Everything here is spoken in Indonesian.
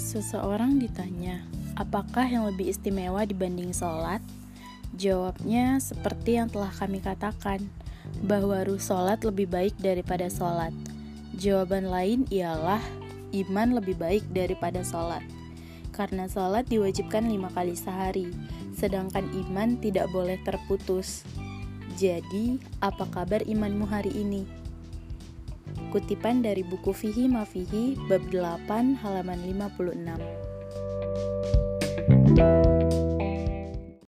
Seseorang ditanya, apakah yang lebih istimewa dibanding sholat? Jawabnya seperti yang telah kami katakan, bahwa ruh sholat lebih baik daripada sholat. Jawaban lain ialah, iman lebih baik daripada sholat. Karena sholat diwajibkan 5 kali sehari, sedangkan iman tidak boleh terputus. Jadi, apa kabar imanmu hari ini? Kutipan dari buku Fihi Mafihi, bab 8, halaman 56.